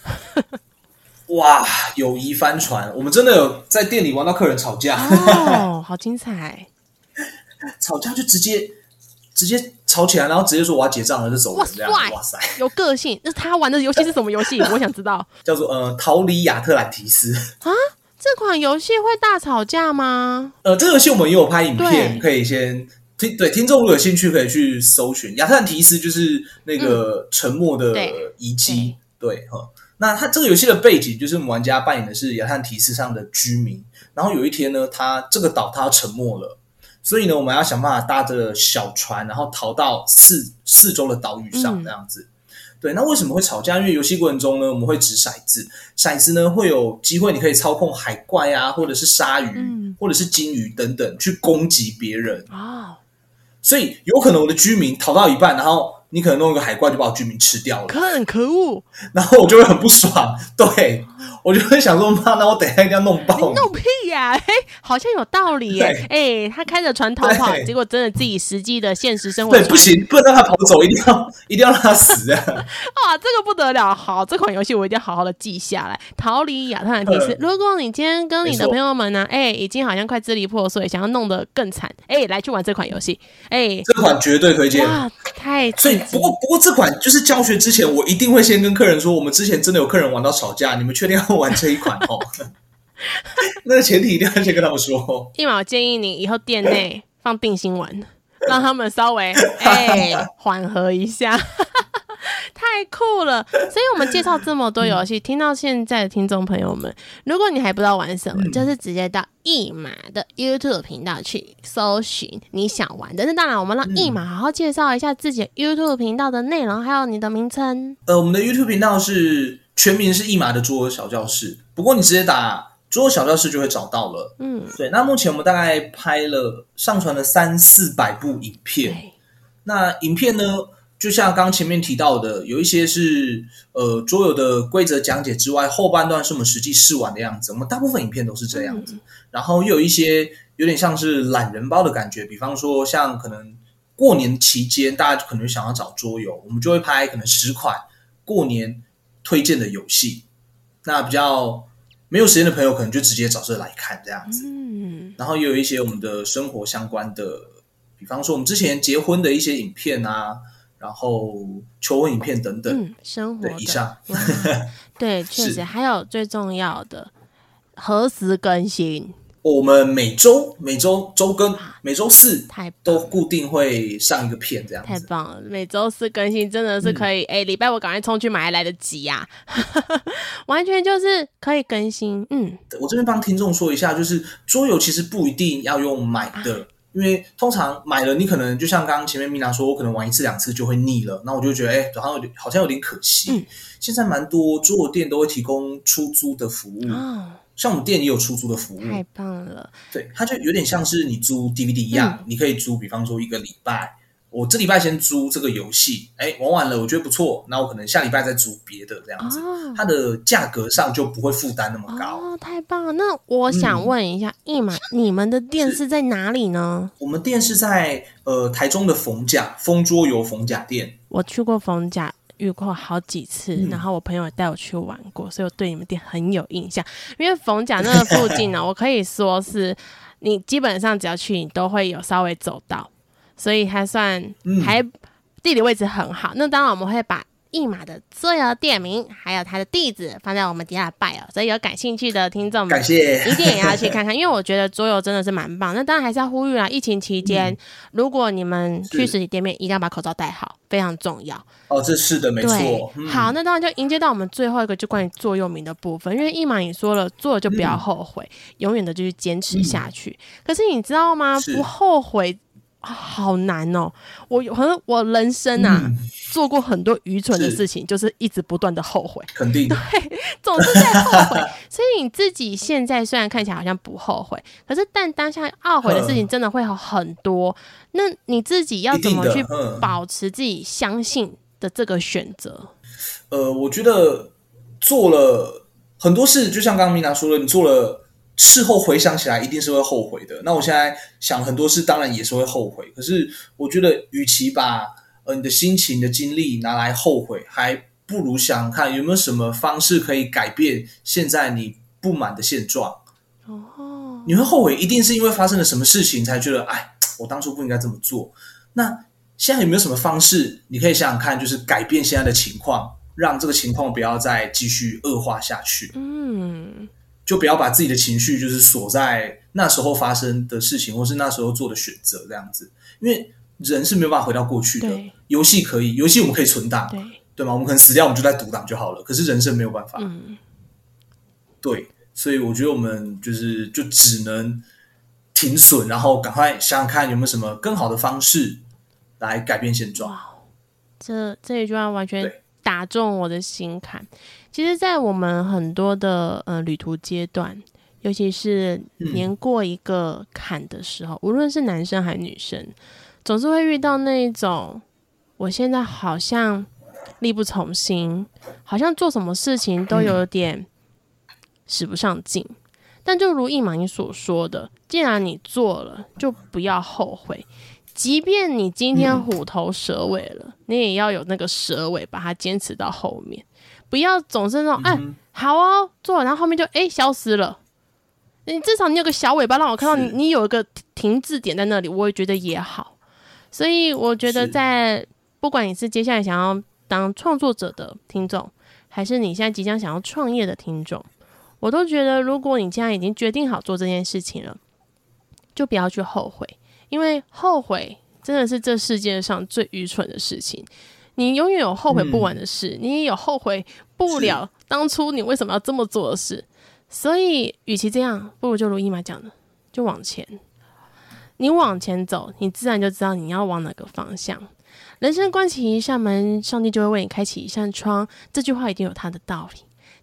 哇，友谊翻船，我们真的有在店里玩到客人吵架。 好精彩。 吵架就直接吵起来，然后直接说我要结账了就走人，这样。哇塞， 有个性。那他玩的游戏是什么游戏？我想知道。 叫做逃离亚特兰提斯。 这款游戏会大吵架吗？ 这个游戏我们也有拍影片，可以先听众如果有兴趣可以去搜寻。亚特兰提斯就是那个沉没的遗迹，对。那它这个游戏的背景就是我们玩家扮演的是亚特兰提斯上的居民，然后有一天呢，这个岛它要沉没了。所以呢，我们要想办法搭着小船，然后逃到四周的岛屿上，这样子。对，那为什么会吵架？因为游戏过程中呢，我们会掷骰子，骰子呢会有机会，你可以操控海怪啊，或者是鲨鱼，或者是金鱼等等，去攻击别人。所以有可能我的居民逃到一半，然后你可能弄一个海怪就把我居民吃掉了， 很可恶， 然后我就会很不爽，对，我就会想说妈，那我等一下一定要弄爆你。 弄屁呀、好像有道理耶。他开着船逃跑，结果真的自己实际的现实生活对，不行，不能让他跑走，一定要让他死啊！ 哇，这个不得了！好，这款游戏我一定要好好的记下来。逃离亚特兰提斯。如果你今天跟你的朋友们呢，已经好像快支离破碎，想要弄得更惨，来去玩这款游戏， 这款绝对推荐。 哇，太所以不过这款就是教学之前，我一定会先跟客人说，我们之前真的有客人玩到吵架，你们确定要玩这一款哦？那个前提一定要先跟他们说。 一马，我建议你以后店内放定心丸，让他们稍微缓和一下。太酷了！所以我们介绍这么多游戏，听到现在的听众朋友们，如果你还不知道玩什么，就是直接到一马的 YouTube 频道去搜寻你想玩的。那当然，我们让一马好好介绍一下自己的 YouTube 频道的内容，还有你的名称。 我们的 YouTube 频道是全名是一马的桌游小教室，不过你直接打桌游小教室就会找到了。对。那目前我们大概上传了300-400部影片。那影片呢？ 就像刚刚前面提到的，有一些是桌游的规则讲解之外，后半段是我们实际试玩的样子。我们大部分影片都是这样子，然后又有一些有点像是懒人包的感觉，比方说像可能过年期间大家可能想要找桌游，我们就会拍可能10款过年推荐的游戏。那比较没有时间的朋友，可能就直接找这来看这样子。然后也有一些我们的生活相关的，比方说我们之前结婚的一些影片啊。然后求婚影片等等， 生活的对以上， 对，确实还有最重要的何时更新？ 我们每周周更，每周4都固定会上一个片，这样子。 太棒了！每周4更新真的是可以，礼拜我赶快冲去买还来得及呀、完全就是可以更新。 我这边帮听众说一下，就是桌游其实不一定要用买的。因为通常买了，你可能就像刚刚前面米娜说，我可能玩1次2次就会腻了，那我就觉得好像有点可惜。现在蛮多桌游店都会提供出租的服务，像我们店也有出租的服务， 太棒了。 对，它就有点像是你租 DVD 一样，你可以租，比方说1个礼拜，我这礼拜先租这个游戏，玩完了我觉得不错，那我可能下礼拜再租别的这样子，它的价格上就不会负担那么高。 太棒了！那我想问一下，一马，你们的店是在哪里呢？ 我们店是在台中的逢桌游逢甲店。 我去过逢甲，遇过好几次，然后我朋友也带我去玩过，所以我对你们店很有印象。因为逢甲那个附近呢，我可以说是你基本上只要去，你都会有稍微走到，所以还算还地理位置很好。那当然我们会把一马的桌游店名还有它的地址放在我们底下的 bio， 所以有感兴趣的听众们， 感谢， 一定也要去看看，因为我觉得桌游真的是蛮棒。那当然还是要呼吁啦，疫情期间，如果你们去实体店面，一定要把口罩戴好，非常重要。 这是的，没错。 好，那当然就迎接到我们最后一个，就关于座右铭的部分。因为一马你说了，做了就不要后悔，永远的就是坚持下去。可是你知道吗？不后悔。好难哦！我人生做过很多愚蠢的事情，就是一直不断的后悔， 肯定对，总是在后悔。所以你自己现在虽然看起来好像不后悔，可是但当下懊悔的事情真的会有很多。那你自己要怎么去保持自己相信的这个选择？ 我觉得做了很多事，就像刚刚米娜说的，你做了。事后回想起来一定是会后悔的。那我现在想很多事当然也是会后悔，可是我觉得与其把你的心情的精力拿来后悔，还不如想看有没有什么方式可以改变现在你不满的现状。你会后悔一定是因为发生了什么事情才觉得我当初不应该这么做。那现在有没有什么方式你可以想想看，就是改变现在的情况，让这个情况不要再继续恶化下去。就不要把自己的情绪就是锁在那时候发生的事情，或是那时候做的选择这样子，因为人是没有办法回到过去的。游戏可以，游戏我们可以存档，对吗？我们可能死掉，我们就在读档就好了。可是人生没有办法，对，所以我觉得我们就只能停损，然后赶快想想看有没有什么更好的方式来改变现状。 这一句话完全打中我的心坎。其实在我们很多的旅途阶段，尤其是年过一个坎的时候，无论是男生还是女生，总是会遇到那一种我现在好像力不从心，好像做什么事情都有点使不上劲。但就如一马你所说的，既然你做了，就不要后悔。即便你今天虎头蛇尾了，你也要有那个蛇尾，把它坚持到后面。不要总是那种好哦做了，然后后面就消失了。你至少你有个小尾巴让我看到你有一个停滞点在那里，我也觉得也好。所以我觉得在不管你是接下来想要当创作者的听众，还是你现在即将想要创业的听众，我都觉得如果你现在已经决定好做这件事情了，就不要去后悔，因为后悔真的是这世界上最愚蠢的事情。你永远有后悔不完的事，你也有后悔不了当初你为什么要这么做的事。所以与其这样，不如就如一马讲的，就往前。你往前走，你自然就知道你要往哪个方向。人生关起一扇门，上帝就会为你开启一扇窗，这句话一定有它的道理。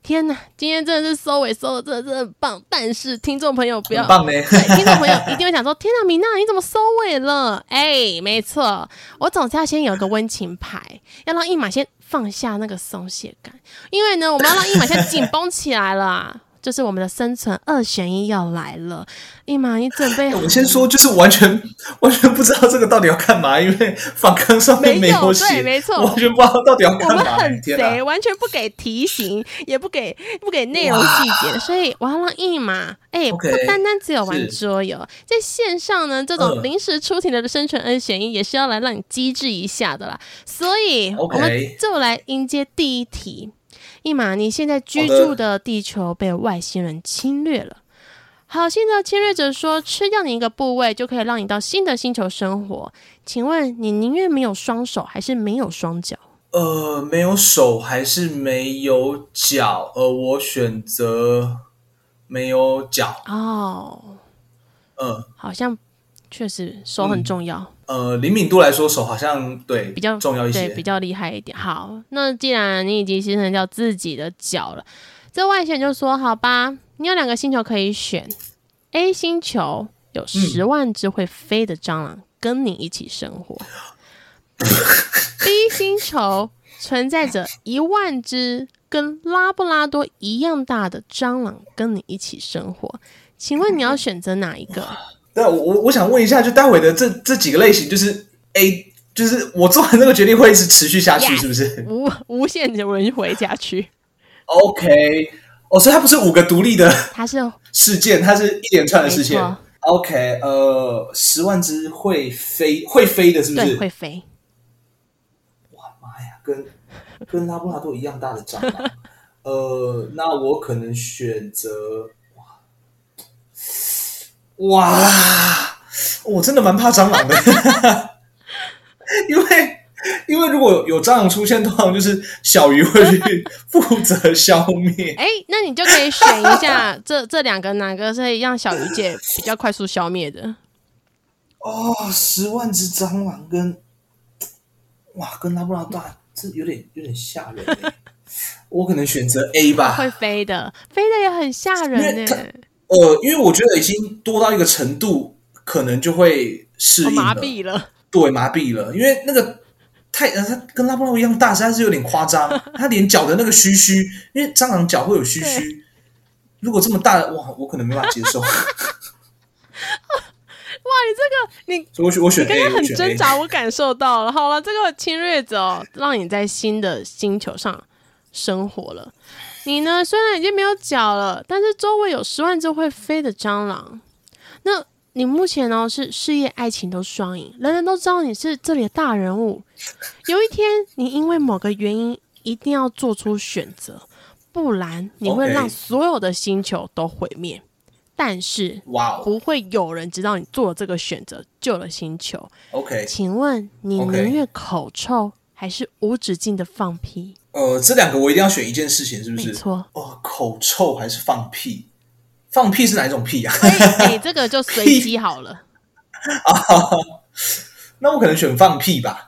天哪，今天真的是收尾收的真的很棒，但是听众朋友不要很棒呢。 对，听众朋友一定会想说，天哪，米娜你怎么收尾了？没错，我总是要先有个温情牌，要让一马先放下那个松懈感，因为呢，我们要让一马先紧绷起来了啊。就是我们的生存2选1要来了，一马，你准备好了？ 我先说，就是完全不知道这个到底要干嘛，因为访纲上面没有写， 对，没错， 完全不知道到底要干嘛。 我们很贼，完全不给题型，也不给内容细节，所以我要让一马，不单单只有玩桌游，在线上呢，这种临时出题的生存2选1也是要来让你机智一下的啦。所以，我们就来迎接第一题。一马，你现在居住的地球被外星人侵略了。好心的侵略者说，吃掉你一个部位就可以让你到新的星球生活。请问你宁愿没有双手还是没有双脚？ 没有手还是没有脚？我选择没有脚。 哦，好像确实手很重要。 灵敏度来说，手好像对比较重要一些， 对，比较厉害一点。好，那既然你已经牺牲掉自己的脚了，这外星人就说：“好吧，你有2个星球可以选。A 星球有10万只会飞的蟑螂跟你一起生活，B 星球存在着1万只跟拉布拉多一样大的蟑螂跟你一起生活。请问你要选择哪一个？” 对，我想问一下，就待会的这几个类型，就是 A， 就是我做完这个决定会一直持续下去， Yes, 是不是？ 无限的轮回下去。 OK， 所以它不是5个独立的， 它是事件，它是一连串的事件。OK， 10万只会飞的，是不是？ 对，会飞。 哇妈呀，跟拉布拉多一样大的蟑螂。那我可能选择。哇，我真的蛮怕蟑螂的，因为如果有蟑螂出现，通常就是小鱼会去负责消灭。 那你就可以选一下这2个哪个是让小鱼姐比较快速消灭的。 10万只蟑螂跟拉布拉多大，这有点吓人耶。我可能选择 A 吧， 会飞的也很吓人耶。 因为我觉得已经多到一个程度，可能就会适应了， 麻痹了。 对，麻痹了，因为那个它跟拉布拉多一样大，实在是有点夸张。它连脚的那个须须，因为蟑螂脚会有须须，如果这么大，我可能没办法接受。哇， 你所以我选 A， 你刚刚很挣扎，我感受到了。好了，这个侵略者让你在新的星球上生活了。你呢？虽然已经没有脚了，但是周围有10万只会飞的蟑螂。那你目前呢是事业、爱情都双赢，人人都知道你是这里的大人物。有一天，你因为某个原因一定要做出选择，不然你会让所有的星球都毁灭。但是，不会有人知道你做了这个选择，救了星球。 OK， 请问你宁愿口臭还是无止境的放屁？ 这2个我一定要选一件事情，是不是？ 没错。 口臭还是放屁？放屁是哪一种屁啊？ 这个就随机好了。 那我可能选放屁吧。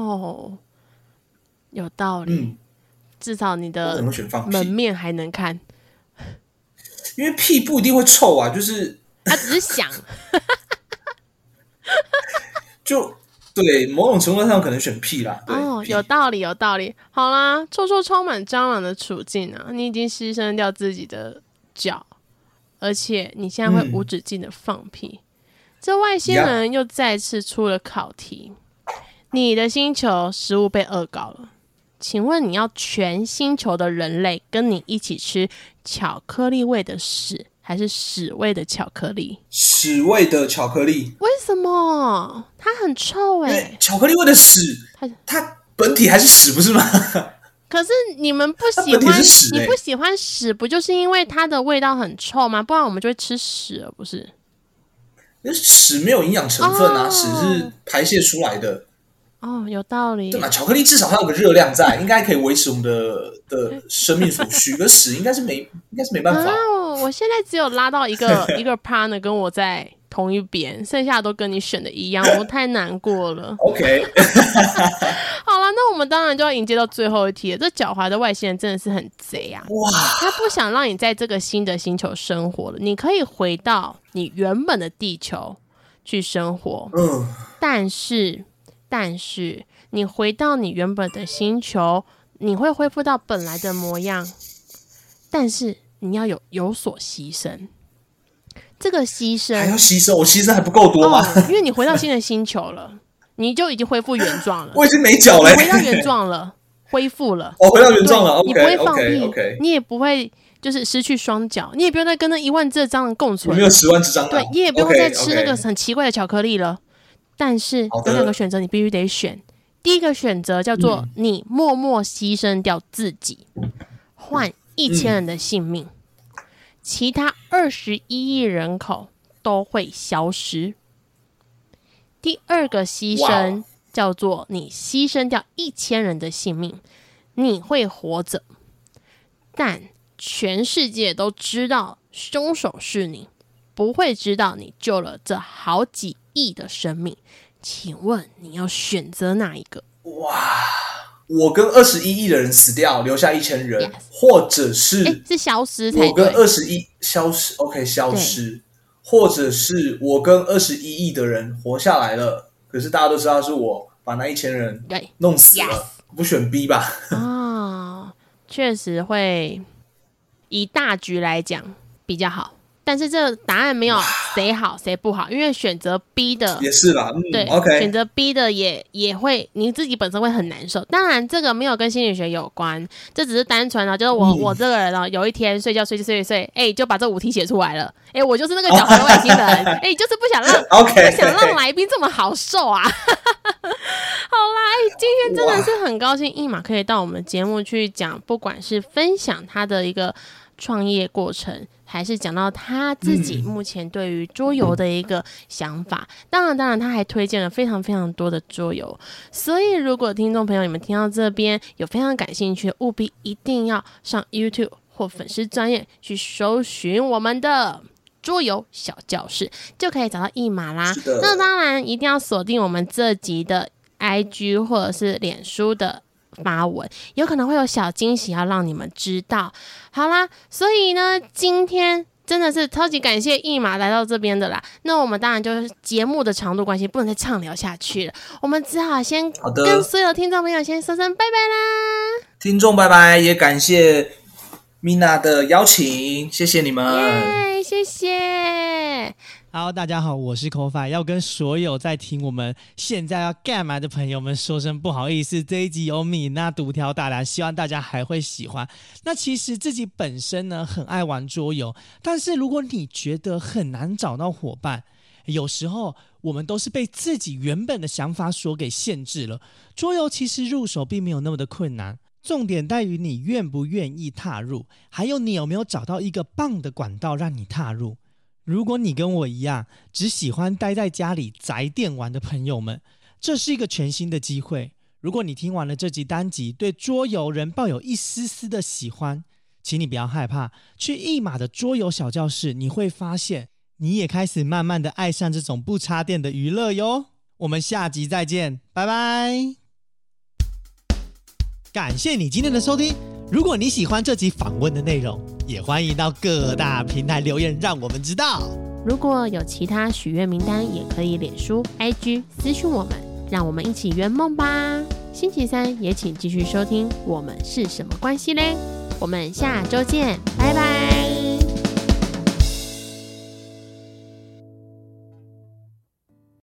有道理。至少你的门面还能看。 因为屁不一定会臭啊，就是他只是想。 就。对，某种程度上可能选屁啦。 有道理，有道理。好啦，臭臭充满蟑螂的处境啊，你已经牺牲掉自己的脚，而且你现在会无止境的放屁。这外星人又再次出了考题，你的星球食物被恶搞了，请问你要全星球的人类跟你一起吃巧克力味的屎，还是屎味的巧克力？ 屎味的巧克力。 为什么？它很臭巧克力味的屎，它本体还是屎不是吗？ 可是你们不喜欢，你不喜欢屎，不就是因为它的味道很臭吗？不然我们就会吃屎了，不是？ 屎没有营养成分啊，屎是排泄出来的。 有道理。 对嘛？巧克力至少它有个热量在，应该可以维持我们的生命所需。可屎应该是没办法。 我现在只有拉到一个partner跟我在同一边，剩下的都跟你选的一样，我太难过了。 OK 好了，那我们当然就要迎接到最后一题了。这狡猾的外星人真的是很贼啊！ 哇， 他不想让你在这个新的星球生活了，你可以回到你原本的地球去生活。但是你回到你原本的星球，你会恢复到本来的模样，但是你要有所牺牲。这个牺牲还要牺牲，我牺牲还不够多吗？ 因为你回到新的星球了，你就已经恢复原状了。 我已经没脚了， 你回到原状了，恢复了。 回到原状了。 你不会放屁 OK， 你也不会就是失去双脚，你也不用再跟那10000只的蟑螂共存， 我没有10万只蟑螂， 对，你也不用再吃那个很奇怪的巧克力了。但是有2个选择，你必须得选。第一个选择叫做你默默牺牲掉自己，换1000人的性命。其他21亿人口都会消失。第二个牺牲叫做你牺牲掉1000人的性命，你会活着，但全世界都知道凶手是你，不会知道你救了这好几亿的生命。请问你要选择哪一个？ 哇！我跟21亿的人死掉，留下1000人， Yes. 或者是是消失才对。 我跟21消失 ，OK， 消失，或者是我跟21亿的人活下来了，可是大家都知道是我把那1000人弄死了， Yes. 不选 B 吧？ 确实会以大局来讲比较好。但是这个答案没有谁好谁不好，因为选择 B 的也是啦， 对 ，OK， 选择 B 的也会你自己本身会很难受。当然，这个没有跟心理学有关，这只是单纯的，就是我这个人有一天睡觉睡，就把这5题写出来了。我就是那个狡猾的外星人，就是不想让来宾这么好受啊。好啦，今天真的是很高兴一马可以到我们节目去讲，不管是分享他的一个创业过程，还是讲到他自己目前对于桌游的一个想法。当然他还推荐了非常非常多的桌游，所以如果听众朋友你们听到这边有非常感兴趣的，务必一定要上 YouTube 或粉丝专页去搜寻我们的桌游小教室，就可以找到一马啦。那当然一定要锁定我们这集的 IG 或者是脸书的发文，有可能会有小惊喜要让你们知道。好啦，所以呢今天真的是超级感谢一马来到这边的啦。那我们当然就是节目的长度关系不能再畅聊下去了，我们只好先跟所有听众朋友先说声拜拜啦。 听众拜拜，也感谢 Mina 的邀请，谢谢你们， 谢谢。 Hello， 大家好，我是 Ko-Fi， 要跟所有在听我们现在要干嘛的朋友们说声不好意思，这一集有米娜独挑大梁，希望大家还会喜欢。那其实自己本身呢很爱玩桌游，但是如果你觉得很难找到伙伴，有时候我们都是被自己原本的想法所给限制了。桌游其实入手并没有那么的困难，重点在于你愿不愿意踏入，还有你有没有找到一个棒的管道让你踏入。如果你跟我一样只喜欢待在家里宅电玩的朋友们，这是一个全新的机会。如果你听完了这集单集，对桌游仍抱有一丝丝的喜欢，请你不要害怕，去一马的桌游小教室，你会发现你也开始慢慢的爱上这种不插电的娱乐哟。我们下集再见，拜拜。感谢你今天的收听，如果你喜欢这集访问的内容，也欢迎到各大平台留言让我们知道。 如果有其他许愿名单，也可以脸书 IG 私讯我们，让我们一起圆梦吧。星期三也请继续收听我们是什么关系嘞，我们下周见，拜拜。